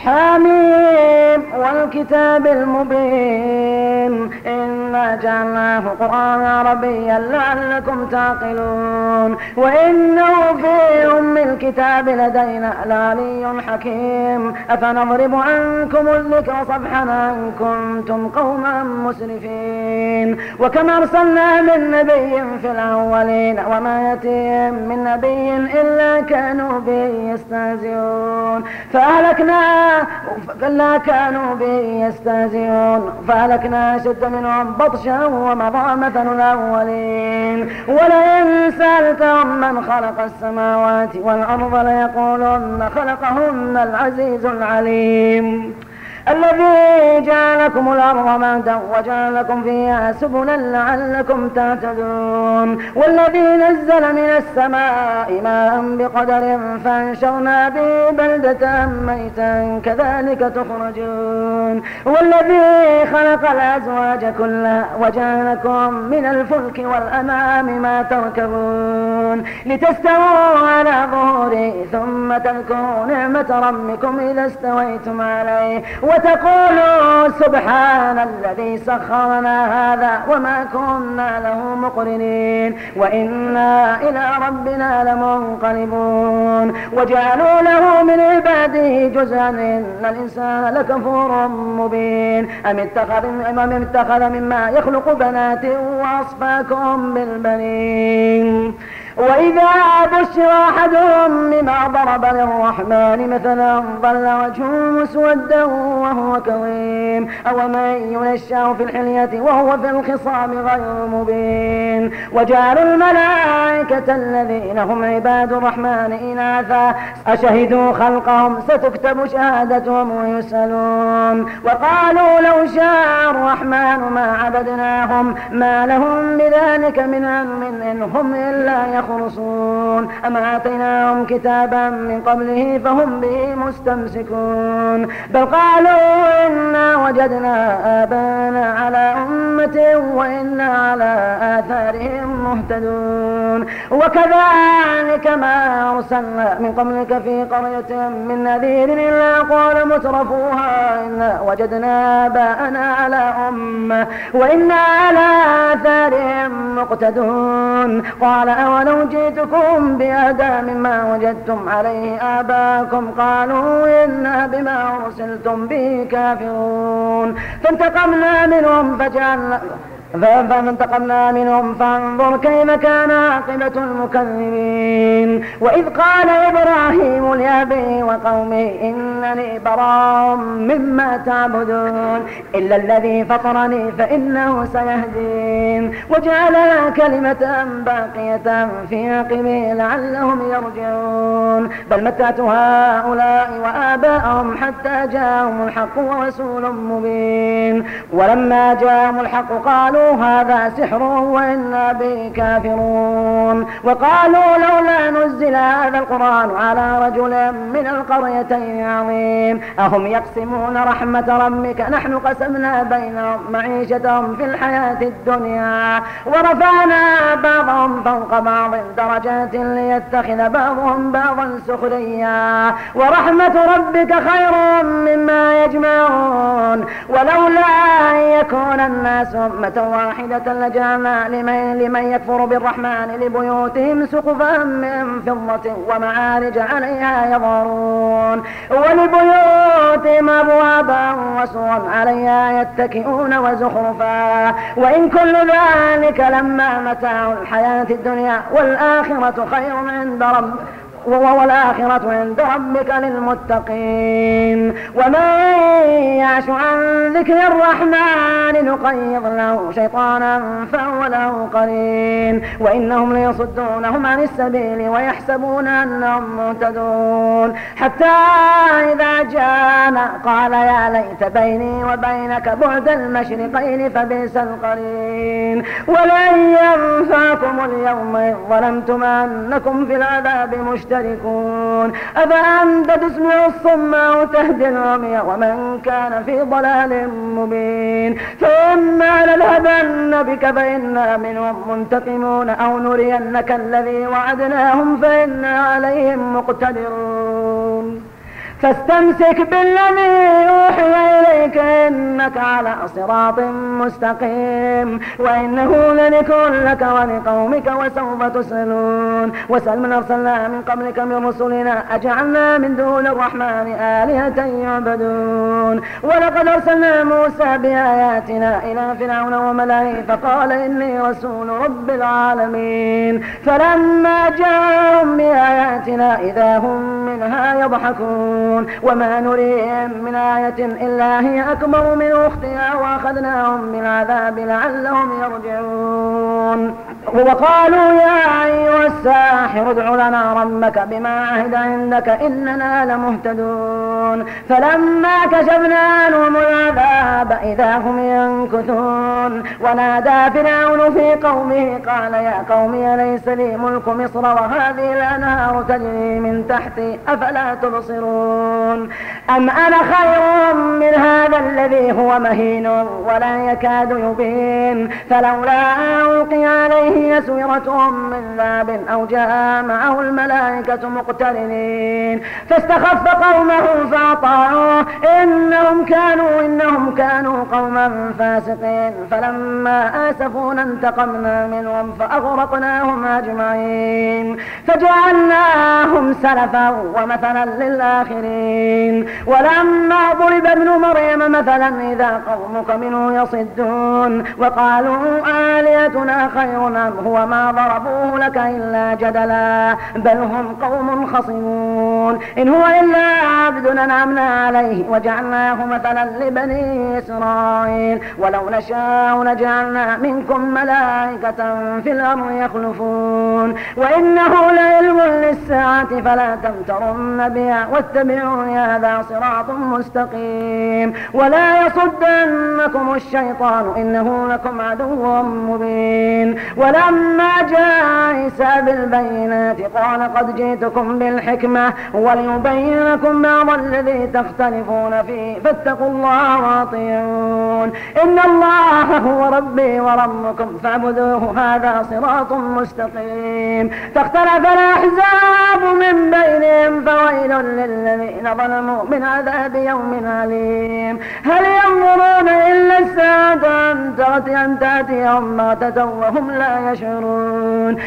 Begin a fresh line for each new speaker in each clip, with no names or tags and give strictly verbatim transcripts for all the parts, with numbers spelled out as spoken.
حميم والكتاب المبين إنا جعلناه قرآنا عربيا لعلكم تعقلون وإنه في أم الكتاب لدينا لعلي حكيم أفنضرب عنكم الذكر صفحا أن كنتم قوما مسرفين وكم أرسلنا من نبي في الأولين وما يأتيهم من نبي إلا كانوا به يستهزئون فأهلكنا فلا كانوا به يستهزئون فأهلكنا أشد منهم بطشا ومضى مثل الأولين ولئن سألتهم من خلق السماوات والأرض ليقولن خلقهن العزيز العليم الذي جعلكم الأرض مهدا وجعل لكم فيها سبلا لعلكم تهتدون والذي نزل من السماء ماء بقدر فانشرنا به بلدة ميتا كذلك تخرجون والذي خلق الأزواج كلها وجعل لكم من الفلك والأنعام ما تركبون لتستووا على ظهوره ثم تذكروا نعمة ربكم إذا استويتم عليه وتقولوا سبحان الذي سخرنا هذا وما كنا له مقرنين وإنا إلى ربنا لمنقلبون وجعلوا له من عباده جزءا إن الإنسان لكفور مبين أم اتخذ, أم اتخذ مما يخلق بنات وأصفاكم بالبنين وإذا بشر أحدهم بما ضرب للرحمن مثلا ظل وجهه مسودا وهو كظيم أومن ينشأ في الحلية وهو في الخصام غير مبين وجعلوا الملائكة الذين هم عباد الرحمن إناثا أشهدوا خلقهم ستكتب شهادتهم ويسألون وقالوا لو شاء الرحمن ما عبدناهم ما لهم بذلك من علم إن هم إلا يخرجون يخرصون أما آتيناهم كتابا من قبله فهم به مستمسكون بل قالوا إنا وجدنا آبانا على أمة وإنا على آثارهم مهتدون وكذلك ما أرسلنا من قبلك في قرية من نذير إلا قال مترفوها إنا وجدنا آباءنا على أمة وإنا على آثارهم مقتدون قال أولو جئتكم بأهدى مما وجدتم عليه آباءكم قالوا إنا بما أرسلتم به كافرون فانتقمنا منهم فجعلنا فانتقمنا منهم فانظر كيف كان عاقبة المكذبين وإذ قال إبراهيم لأبيه وقومه إنني براء مما تعبدون إلا الذي فطرني فإنه سيهدين وجعلها كلمة باقية في عقبه لعلهم يرجعون بل متعت هؤلاء وآباءهم حتى جاءهم الحق ورسول مبين ولما جاءهم الحق قالوا هذا سحر وإنا به كافرون وقالوا لولا نزل هذا القرآن على رجل من القريتين عظيم أهم يقسمون رحمة ربك نحن قسمنا بينهم معيشتهم في الحياة الدنيا ورفعنا بعضهم فوق بعض درجات ليتخذ بعضهم بعضا سخريا ورحمة ربك خير مما يجمعون ولولا أن يكون الناس أمة واحدة لجعلنا لمن, لمن يكفر بالرحمن لبيوتهم سقفا من فضة ومعارج عليها يظهرون ولبيوتهم أبوابا وسرا عليها يتكئون وزخرفا وإن كل ذلك لما متاع الحياة الدنيا والآخرة خير عند ربك والآخرة عند ربك للمتقين ومن يعش عن ذكر الرحمن نقيض له شيطانا فهو له قرين وإنهم ليصدونهم عن السبيل ويحسبون أنهم مهتدون حتى إذا جاءنا قال يا ليت بيني وبينك بعد المشرقين فبئس القرين ولن ينفعكم اليوم إذ ظلمتم أنكم في العذاب مشتركون أفأنت تسمع الصم أو تهدي العمي ومن كان في ضلال مبين فإما لنذهبن بك فإنا منهم منتقمون أو نرينك الذي وعدناهم فإنا عليهم مقتدرون فاستمسك بالذي أوحي إليك إنك على صراط مستقيم وإنه لذكر لك ولقومك وسوف تسألون. وسل من أرسلنا من قبلك من رسلنا أجعلنا من دون الرحمن آلهة يعبدون. ولقد أرسلنا موسى بآياتنا إلى فرعون وملئه فقال إني رسول رب العالمين. فلما جاءهم بآياتنا إذا هم منها يضحكون وما نريهم من آية إلا هي أكبر من أختها وأخذناهم بالعذاب لعلهم يرجعون. وقالوا يا أيها الساحر ادع لنا ربك بما عهد عندك إننا لمهتدون. فلما كشفنا عنهم العذاب إذا هم ينكثون. ونادى فرعون في قومه قال يا قوم أليس لي ملك مصر وهذه الأنهار تجري من تحتي أفلا تبصرون. أم أنا خير من هذا الذي هو مهين ولا يكاد يبين. فلولا ألقي عليه أسورة من ذهب أو جاء معه الملائكة مقترنين فاستخف قومه فأطاعوه إنهم كانوا إنهم كانوا قوما فاسقين. فلما آسفونا انتقمنا منهم فأغرقناهم أجمعين فجعلناهم سلفا ومثلا للآخرين. ولما ضرب ابن مريم مثلا إذا قومك منه يصدون وقالوا آلهتنا خير أم هو ما ضربوه لك إلا جدلا بل هم قوم خصمون. إن هو إلا عبد أنعمنا عليه وجعلناه مثلا لبني إسرائيل ولو نشاء لجعلنا منكم ملائكة في الأرض يخلفون وإنه لعلم للساعة فلا تمترن بها واتبعوني هذا صراط مستقيم. ولا يصدنكم الشيطان إنه لكم عدو مبين. ولما جاء عيسى بالبينات قال قد جئتكم بالحكمة وليبين لكم بعض الذي تختلفون فيه فاتقوا الله واطيعون. إن الله هو ربي وربكم فاعبدوه هذا صراط مستقيم. فاختلف الأحزاب من بينهم فويل للذين ظلموا من عذاب يوم أليم. هل ينظرون إلا الساعة أن تأتيهم بغتة وهم لا يشعرون.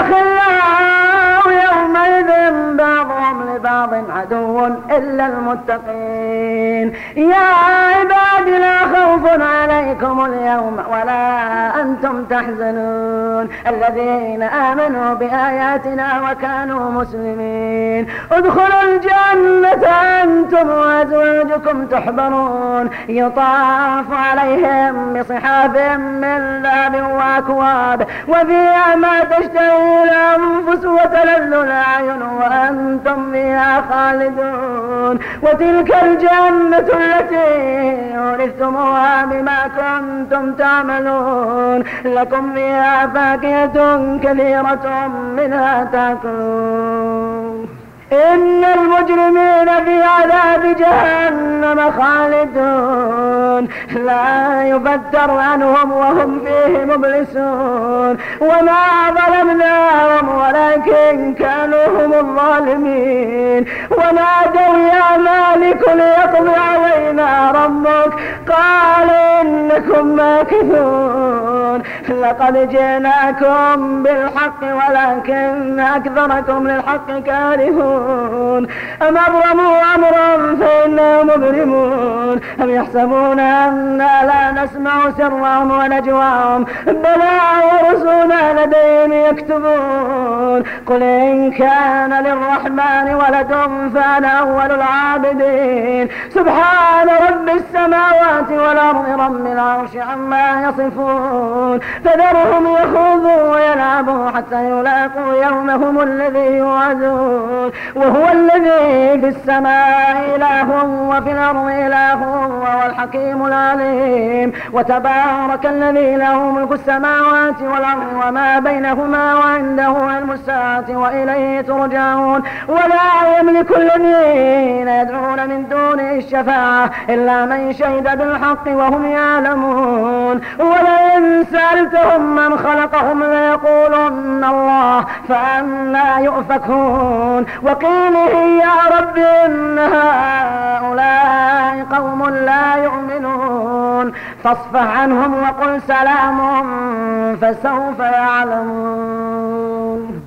الأخلاء يومئذ بعضهم لبعض عدو إلا المتقين. يا عباد لا خوف عليكم اليوم ولا أنتم تحزنون الذين آمنوا بآياتنا وكانوا مسلمين. ادخلوا الجنة أنتم وأزواجكم تحبرون يطاف عليهم بصحاف من ذهب وأكواب وفيها ما تشتهي الأنفس وتلذ الأعين وأنتم فيها خالدون. وتلك الجنة التي أورثتموها بما كنتم تعملون لكم فيها فاكهة كثيرة منها تأكلون. إن المجرمين في عذاب جهنم خالدون لا يفتر عنهم وهم فيه مبلسون. وما ظلمناهم ولكن كانوا هم الظالمين. ونادوا يا مالك ليقضي علينا ربك قال إنكم ماكثون. لقد جئناكم بالحق ولكن أكثركم للحق كارهون. أم أبرموا أمرا فإنا مبرمون أم يحسبون أنا لا نسمع سرهم ونجواهم بلى ورسلنا لديهم يكتبون. قل إن كان للرحمن ولد فأنا أول العابدين. سبحان رب السماوات والأرض رب العرش عما يصفون. فذرهم يخوضوا ويلعبوا حتى يلاقوا يومهم الذي يوعدون. وهو الذي في السماء إله وفي الأرض الأرض إله وهو الحكيم العليم. وتبارك الذي له ملك السماوات والأرض وما بينهما وعنده علم الساعة وإليه ترجعون. ولا يملك الذين يدعون من دونه الشفاعة إلا من شهد بالحق وهم يعلمون. ولئن سألتهم من خلقهم ليقولن الله فأنى يؤفكون. وقيله يا رب إن هؤلاء قوم لا يؤمنون فاصفح عنهم وقل سلام فسوف يعلمون.